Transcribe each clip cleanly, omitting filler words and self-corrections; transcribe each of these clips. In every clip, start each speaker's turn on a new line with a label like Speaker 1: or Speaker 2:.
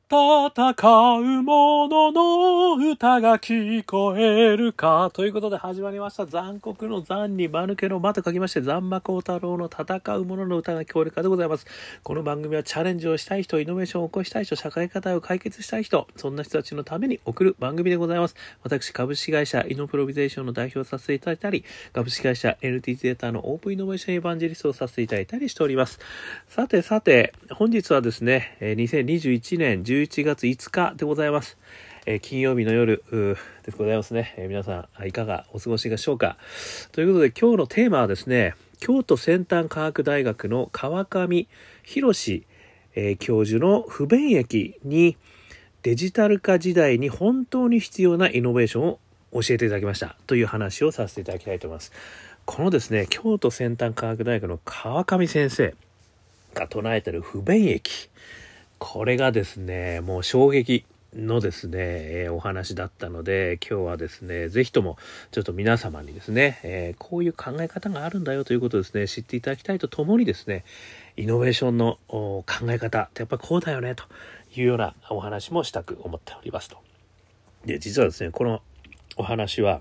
Speaker 1: 戦う者の歌が聞こえるかということで始まりました。残酷の残に間抜けの間と書きまして、残魔高太郎の戦う者の歌が聞こえるかでございます。この番組はチャレンジをしたい人、イノベーションを起こしたい人、社会課題を解決したい人、そんな人たちのために送る番組でございます。私、株式会社イノプロビゼーションの代表をさせていただいたり、株式会社 NTT データのオープンイノベーションエヴァンジェリストをさせていただいたりしております。さて、本日はですね、2021年11月5日でございます。金曜日の夜でございますね。皆さんいかがお過ごしでしょうか。ということで今日のテーマはですね、京都先端科学大学の川上博教授の不便益にデジタル化時代に本当に必要なイノベーションを教えていただきましたという話をさせていただきたいと思います。このですね、京都先端科学大学の川上先生が唱えている不便益、これがですね、もう衝撃のですね、お話だったので、今日はですね、ぜひともちょっと皆様にですね、こういう考え方があるんだよということをですね、知っていただきたいとともにですね、イノベーションの考え方ってやっぱこうだよねというようなお話もしたく思っておりますと。で、実はですね、このお話は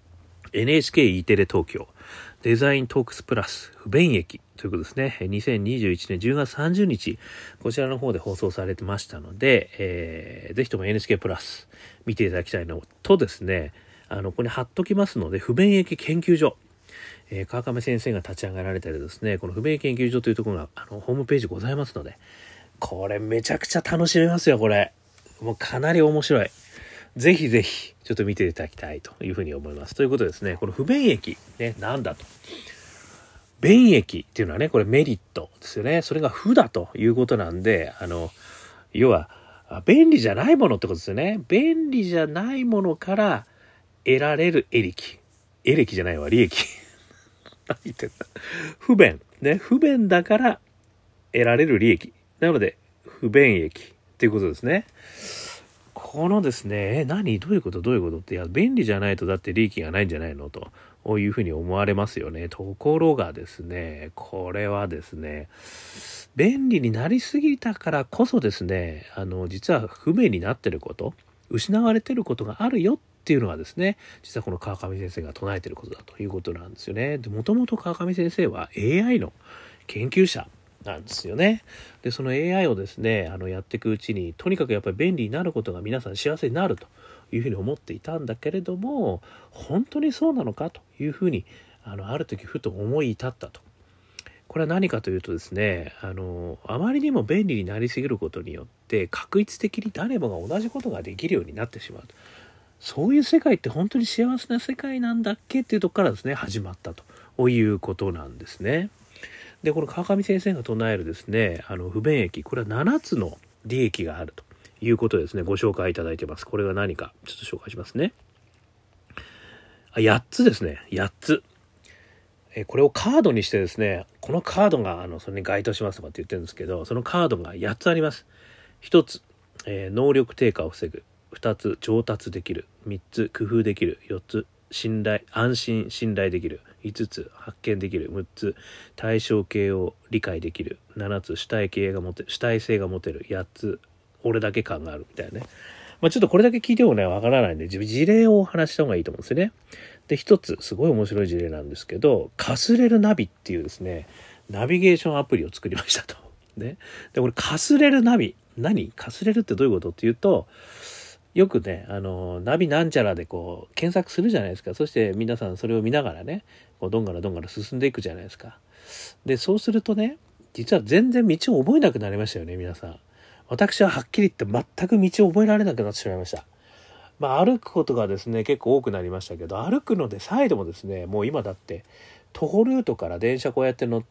Speaker 1: NHKE テレ東京デザイントークスプラス不便益ということですね。2021年10月30日、こちらの方で放送されてましたので、ぜひとも NHK プラス見ていただきたいのとですね、ここに貼っときますので、不便益研究所、川上先生が立ち上がられてるですね、この不便益研究所というところがホームページございますので、これめちゃくちゃ楽しめますよ、これ。もうかなり面白い。ぜひぜひちょっと見ていただきたいというふうに思います。ということでですね、この不便益ね、なんだと。便益っていうのはね、これメリットですよね。それが負だということなんで、要は便利じゃないものってことですよね。便利じゃないものから得られる利益。利益じゃないわ、利益。何言ってんだ。不便ね、不便だから得られる利益。なので不便益っていうことですね。このですね、どういうことって、いや、便利じゃないとだって利益がないんじゃないのというふうに思われますよね。ところがですね、これはですね、便利になりすぎたからこそですね、実は不便になってること、失われてることがあるよっていうのはですね、実はこの川上先生が唱えてることだということなんですよね。で、もともと川上先生は AI の研究者なんですよね。で、その AI をですね、やっていくうちに、とにかくやっぱり便利になることが皆さん幸せになるというふうに思っていたんだけれども、本当にそうなのかというふうに、ある時ふと思い至ったと。これは何かというとですね、あまりにも便利になりすぎることによって、確一的に誰もが同じことができるようになってしまう。そういう世界って本当に幸せな世界なんだっけっていうところからですね、始まったということなんですね。で、この川上先生が唱えるですね、不便益、これは7つの利益があるということですね、ご紹介いただいてます。これが何か、ちょっと紹介しますね。8つですね、8つ。これをカードにしてですね、このカードがそれに該当しますとかって言ってるんですけど、そのカードが8つあります。1つ、能力低下を防ぐ。2つ、上達できる。3つ、工夫できる。4つ、安心信頼できる。5つ、発見できる。6つ、対象形を理解できる。7つ、主体性が持てる。8つ、俺だけ感があるみたいなね。ちょっとこれだけ聞いてもね、わからないんで、事例をお話した方がいいと思うんですよね。で、一つ、すごい面白い事例なんですけど、かすれるナビっていうですね、ナビゲーションアプリを作りましたと。ね。で、これ、かすれるナビ。かすれるってどういうことっていうと、よくね、ナビなんちゃらでこう、検索するじゃないですか。そして皆さんそれを見ながらね、こうどんがら進んでいくじゃないですか。で、そうするとね、実は全然道を覚えなくなりましたよね、皆さん。私ははっきり言って全く道を覚えられなくなってしまいました。歩くことがですね、結構多くなりましたけど、歩くのでさえでもですね、もう今だって徒歩ルートから電車こうやって乗って、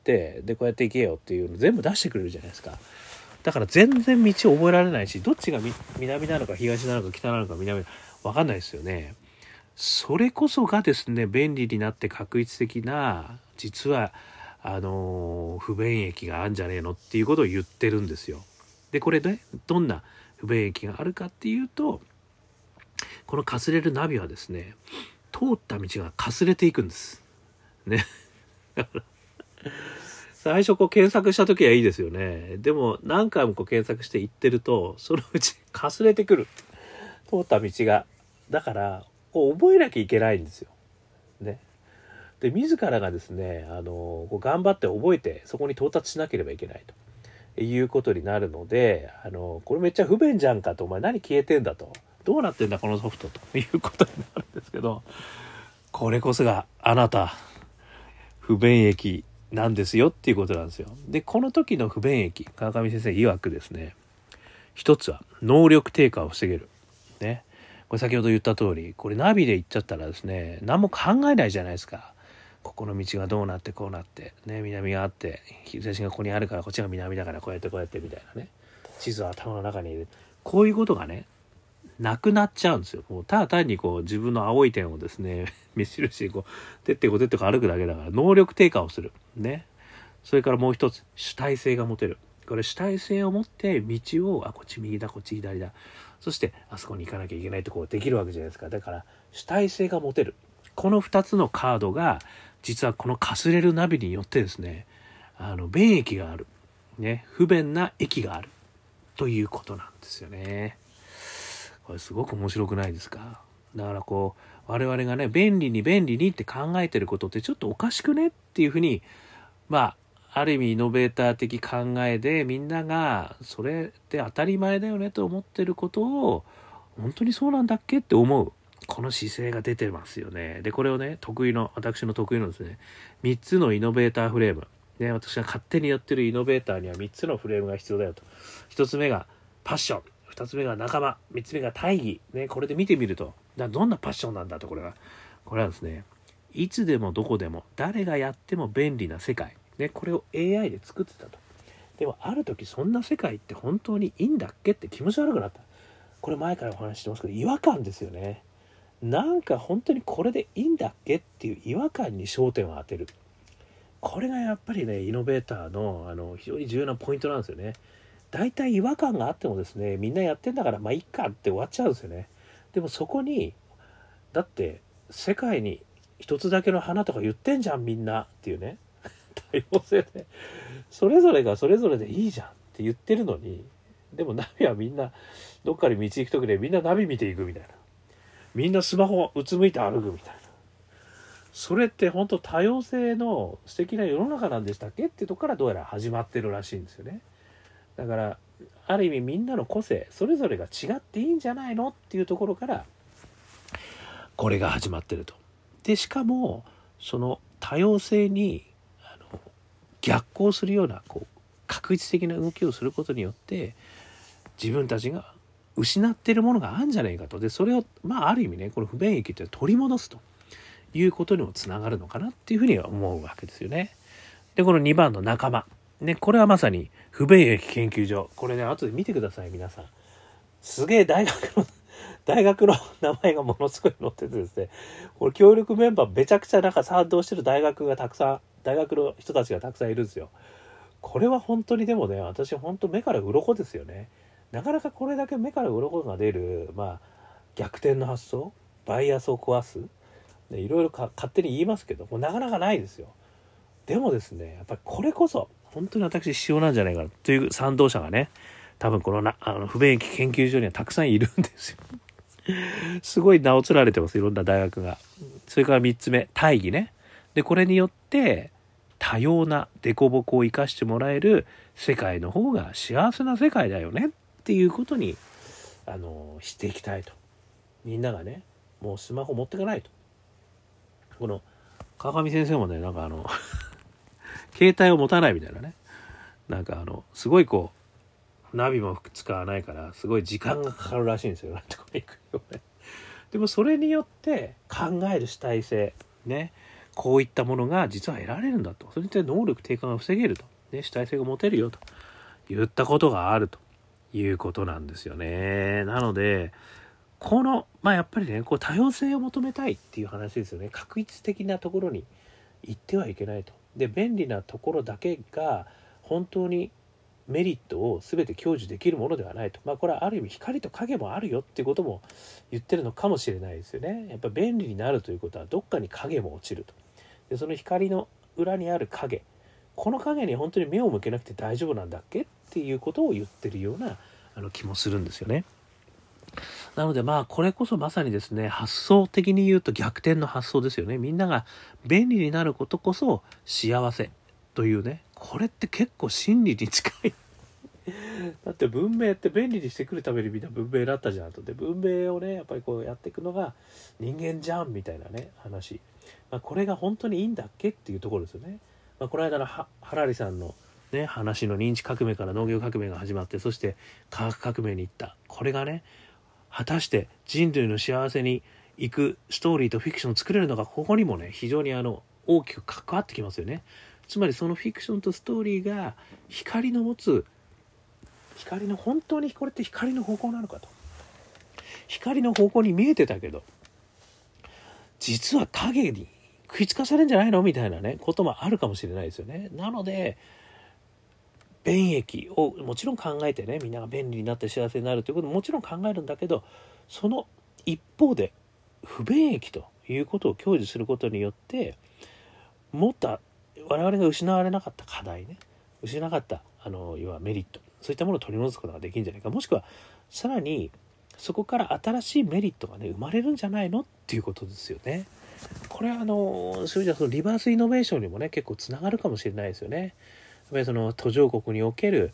Speaker 1: でこうやって行けよっていうの全部出してくれるじゃないですか。だから全然道を覚えられないし、どっちが南なのか東なのか北なのか南なのか分かんないですよね。それこそがですね、便利になって確一的な、実は不便益があるんじゃねえのっていうことを言ってるんですよ。で、これでどんな不便益があるかっていうと、このかすれるナビはですね、通った道がかすれていくんですね。 最初こう検索した時はいいですよね。でも何回もこう検索して行ってると、そのうちかすれてくる。通った道が。だから、こう覚えなきゃいけないんですよ。ね。で、自らがですね、こう頑張って覚えて、そこに到達しなければいけないということになるので、これめっちゃ不便じゃんかと、お前何消えてんだと。どうなってんだこのソフトということになるんですけど、これこそがあなた、不便益なんですよっていうことなんですよ。で、この時の不便益、川上先生曰くですね、一つは能力低下を防げる。ね。これ先ほど言った通り、これナビで行っちゃったらですね、何も考えないじゃないですか。ここの道がどうなってこうなって、ね、南があって、日差しがここにあるからこっちが南だからこうやってこうやってみたいなね。地図は頭の中に入れる。こういうことがね、なくなっちゃうんですよ。もうただ単にこう自分の青い点をですね、目印でこう、てってこてってこ歩くだけだから、能力低下をする。ね。それからもう一つ、主体性が持てる。これ主体性を持って道を、こっち右だ、こっち左だ。そして、あそこに行かなきゃいけないとこうできるわけじゃないですか。だから、主体性が持てる。この2つのカードが、実はこのかすれるナビによってですね、便益がある。ね。不便な駅がある。ということなんですよね。これすごく面白くないですか？だからこう、我々がね、便利に便利にって考えてることってちょっとおかしくねっていうふうに、ある意味イノベーター的考えでみんながそれって当たり前だよねと思ってることを本当にそうなんだっけって思うこの姿勢が出てますよね。でこれをね私の得意のですね3つのイノベーターフレームね、私が勝手にやってるイノベーターには3つのフレームが必要だよと。1つ目がパッション、2つ目が仲間、3つ目が大義ね。これで見てみるとどんなパッションなんだと。これはですね、いつでもどこでも誰がやっても便利な世界ね、これを AI で作ってたと。でもある時そんな世界って本当にいいんだっけって気持ち悪くなった。これ前からお話ししてますけど違和感ですよね。なんか本当にこれでいいんだっけっていう違和感に焦点を当てる。これがやっぱりねイノベーターの非常に重要なポイントなんですよね。だいたい違和感があってもですね、みんなやってんだからまあいっかって終わっちゃうんですよね。でもそこにだって世界に一つだけの花とか言ってんじゃんみんなっていうね、多様性でそれぞれがそれぞれでいいじゃんって言ってるのに、でもナビはみんなどっかに道行く時でみんなナビ見ていくみたいな、みんなスマホうつむいて歩くみたいな、それって本当多様性の素敵な世の中なんでしたっけっていうところからどうやら始まってるらしいんですよね。だからある意味みんなの個性それぞれが違っていいんじゃないのっていうところからこれが始まってると。でしかもその多様性に逆行するような確実的な動きをすることによって自分たちが失っているものがあるんじゃないかと。でそれをある意味ねこの不便益って取り戻すということにもつながるのかなっていうふうには思うわけですよね。でこの2番の仲間ね、これはまさに不便益研究所。これね後で見てください皆さん。すげえ大学の名前がものすごい載っててですね、これ協力メンバーめちゃくちゃ賛同してる大学の人たちがたくさんいるんですよ。これは本当にでもね、私本当目から鱗ですよね。なかなかこれだけ目から鱗が出る逆転の発想、バイアスを壊す、いろいろ勝手に言いますけどもうなかなかないですよ。でもですねやっぱりこれこそ本当に私必要なんじゃないかなという賛同者がね多分この不便益研究所にはたくさんいるんですよ。すごい名を連ねてます、いろんな大学が。それから3つ目大義ね。でこれによって多様な凸凹を生かしてもらえる世界の方が幸せな世界だよねっていうことにしていきたいと。みんながねもうスマホ持ってかないと。この川上先生もね携帯を持たないみたいなね、すごいナビも使わないからすごい時間がかかるらしいんですよ。なんてこれ行くよね。でもそれによって考える主体性ね、こういったものが実は得られるんだと。それによって能力低下が防げると、ね、主体性が持てるよと言ったことがあるということなんですよね。なのでこのやっぱりね多様性を求めたいっていう話ですよね。確一的なところに行ってはいけないと。で便利なところだけが本当にメリットを全て享受できるものではないと。これはある意味光と影もあるよっていうことも言ってるのかもしれないですよね。やっぱ便利になるということはどっかに影も落ちると。でその光の裏にある影、 この影に本当に目を向けなくて大丈夫なんだっけっていうことを言ってるような気もするんですよね。なのでこれこそまさにですね、発想的に言うと逆転の発想ですよね。みんなが便利になることこそ幸せというね、これって結構真理に近いだって文明って便利にしてくるためにみんな文明だったじゃんと。で文明をねやっぱりこうやっていくのが人間じゃんみたいなね話、これが本当にいいんだっけっていうところですよね。この間のハラリさんのね話の認知革命から農業革命が始まって、そして科学革命に行った、これがね果たして人類の幸せに行くストーリーとフィクションを作れるのか、ここにもね非常に大きく関わってきますよね。つまりそのフィクションとストーリーが光の持つ本当にこれって光の方向なのかと。光の方向に見えてたけど実は影に食いつかされるんじゃないのみたいなねこともあるかもしれないですよね。なので便益をもちろん考えてね、みんなが便利になって幸せになるということももちろん考えるんだけど、その一方で不便益ということを享受することによってもっと我々が失われなかった課題ね、失わなかった要はメリット、そういったものを取り戻すことができるんじゃないか、もしくはさらにそこから新しいメリットがね生まれるんじゃないのっていうことですよね。これはそういう意味ではそのリバースイノベーションにもね結構つながるかもしれないですよね。やっぱりその途上国における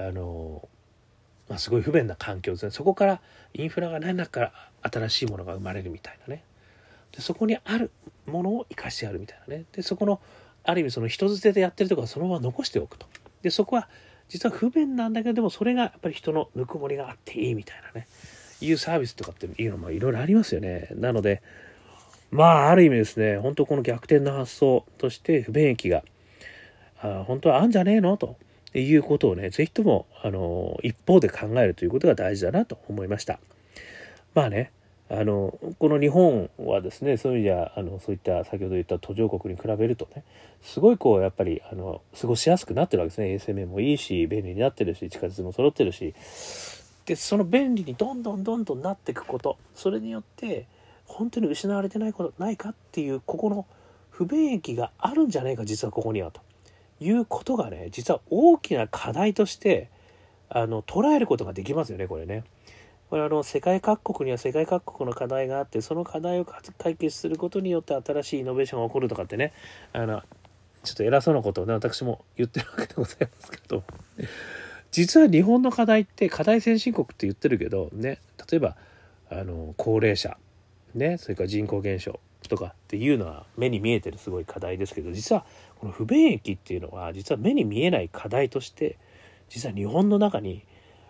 Speaker 1: すごい不便な環境ですね。そこからインフラがない中から新しいものが生まれるみたいなね。でそこにあるものを生かしてやるみたいなね。でそこのある意味その人づてでやってるところはそのまま残しておくと。でそこは実は不便なんだけど、でもそれがやっぱり人のぬくもりがあっていいみたいなね、いうサービスとかっていうのもいろいろありますよね。なのである意味ですね、本当この逆転の発想として不便益が本当はあんじゃねえのということをね、ぜひとも一方で考えるということが大事だなと思いました。この日本はですね、そういう意味ではそういった先ほど言った途上国に比べるとね、すごいやっぱり過ごしやすくなってるわけですね。衛生面もいいし便利になってるし、地下鉄も揃ってるし、でその便利にどんどんなっていくこと、それによって本当に失われてないことないかっていう、ここの不便益があるんじゃないか実はここにはということがね、実は大きな課題として捉えることができますよね。これね、これ世界各国には世界各国の課題があって、その課題を解決することによって新しいイノベーションが起こるとかってね、ちょっと偉そうなことをね私も言ってるわけでございますけど、実は日本の課題って課題先進国って言ってるけどね、例えば高齢者ね、それから人口減少とかっていうのは目に見えてるすごい課題ですけど、実はこの不便益っていうのは実は目に見えない課題として実は日本の中に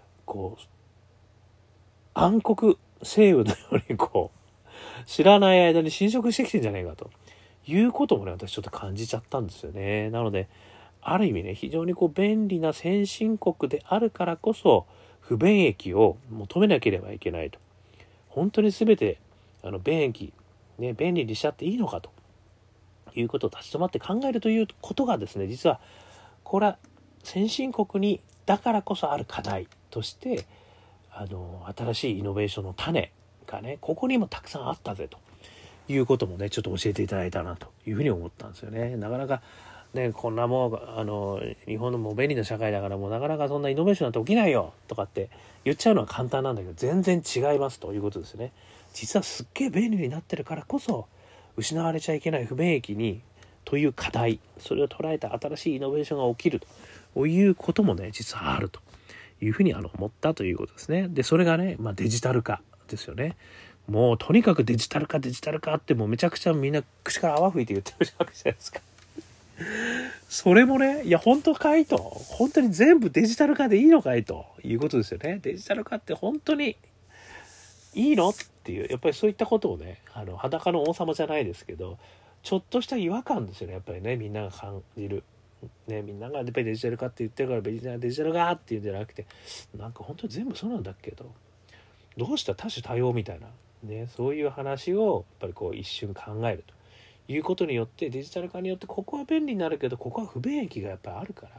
Speaker 1: 暗黒星雲のように知らない間に侵食してきてんじゃないかということもね、私ちょっと感じちゃったんですよね。なのである意味ね、非常に便利な先進国であるからこそ不便益を求めなければいけないと。本当に全て便益ね、便利にしちゃっていいのかということを立ち止まって考えるということがですね、実はこれは先進国にだからこそある課題として新しいイノベーションの種がね、ここにもたくさんあったぜということもね、ちょっと教えていただいたなというふうに思ったんですよね。なかなかね、こんなもう日本のもう便利な社会だからもうなかなかそんなイノベーションなんて起きないよとかって言っちゃうのは簡単なんだけど、全然違いますということですね。実はすっげえ便利になってるからこそ失われちゃいけない不便益にという課題、それを捉えた新しいイノベーションが起きるということもね、実はあるというふうに思ったということですね。でそれがね、デジタル化ですよね。もうとにかくデジタル化ってもうめちゃくちゃみんな口から泡吹いて言ってるわけじゃないですか。それもね、いや本当かいと、本当に全部デジタル化でいいのかいということですよね。デジタル化って本当にいいのっていう、やっぱりそういったことをね、裸の王様じゃないですけど、ちょっとした違和感ですよね、やっぱりね、みんなが感じる。ね、みんながやっぱりデジタル化って言ってるからデジタル化っていうんじゃなくて、なんか本当に全部そうなんだけど、どうした多種多様みたいな、ね、そういう話をやっぱり一瞬考えるということによって、デジタル化によってここは便利になるけどここは不便益がやっぱりあるから、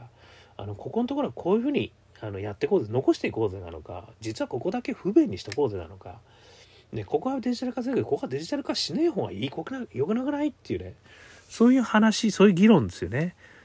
Speaker 1: ここのところはこういうふうにやっていこうぜ、残していこうぜなのか、実はここだけ不便にしていこうぜなのか、ね、ここはデジタル化するけどここはデジタル化しねえ方がよくなくないっていうね、そういう話、そういう議論ですよね。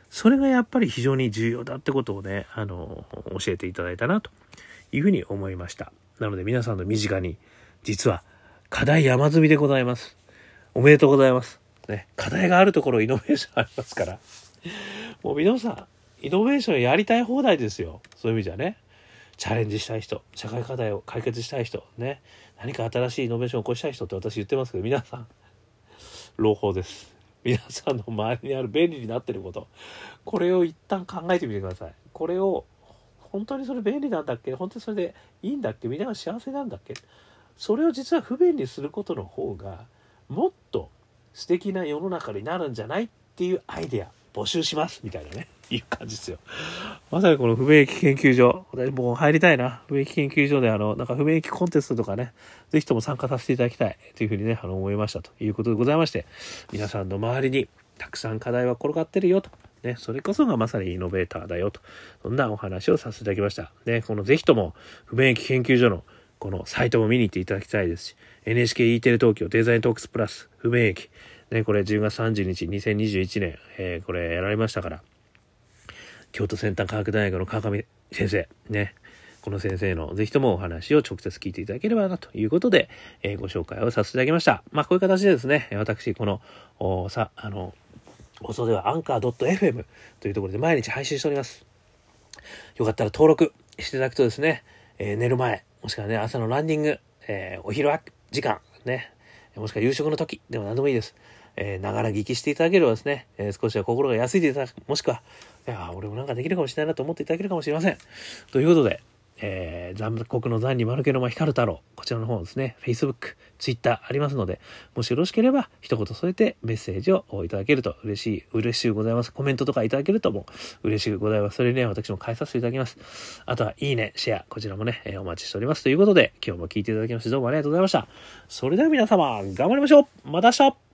Speaker 1: それがやっぱり非常に重要だってことをね、教えていただいたなというふうに思いました。なので皆さんの身近に実は課題山積みでございます。おめでとうございます。ね、課題があるところイノベーションありますから。もう皆さん、イノベーションやりたい放題ですよ。そういう意味じゃね。チャレンジしたい人、社会課題を解決したい人、ね、何か新しいイノベーションを起こしたい人って私言ってますけど、皆さん、朗報です。皆さんの周りにある便利になっていること、これを一旦考えてみてください。これを本当にそれ便利なんだっけ、本当にそれでいいんだっけ、みんなが幸せなんだっけ、それを実は不便にすることの方がもっと素敵な世の中になるんじゃないっていうアイデア募集しますみたいなね、いう感じですよ。まさにこの不便益研究所、私もう入りたいな。不便益研究所でなんか不便益コンテストとかね、ぜひとも参加させていただきたいというふうにね、思いましたということでございまして、皆さんの周りにたくさん課題は転がってるよと。ね、それこそがまさにイノベーターだよと。そんなお話をさせていただきました。ね、このぜひとも不便益研究所のこのサイトも見に行っていただきたいですし、NHKE テレ東京デザイントークスプラス不便益。ね、これ10月30日、2021年、これやられましたから、京都先端科学大学の川上先生、ね、この先生のぜひともお話を直接聞いていただければなということで、ご紹介をさせていただきました。まあ、こういう形でですね、私、この、放送ではアンカー .fm というところで毎日配信しております。よかったら登録していただくとですね、寝る前、もしくはね、朝のランニング、お昼時間、ね、もしくは夕食の時でも何でもいいです。ながら聞きしていただければですね、少しは心が安いでいただく、もしくは、いや、俺もなんかできるかもしれないなと思っていただけるかもしれません。ということで、残酷の残に丸けの間光る太郎、こちらの方ですね、Facebook、Twitter ありますので、もしよろしければ一言添えてメッセージをいただけると嬉しいございます。コメントとかいただけるともう嬉しいございます。それにね、私も返させていただきます。あとは、いいね、シェア、こちらもね、お待ちしております。ということで、今日も聞いていただきましてどうもありがとうございました。それでは皆様、頑張りましょう。また明日。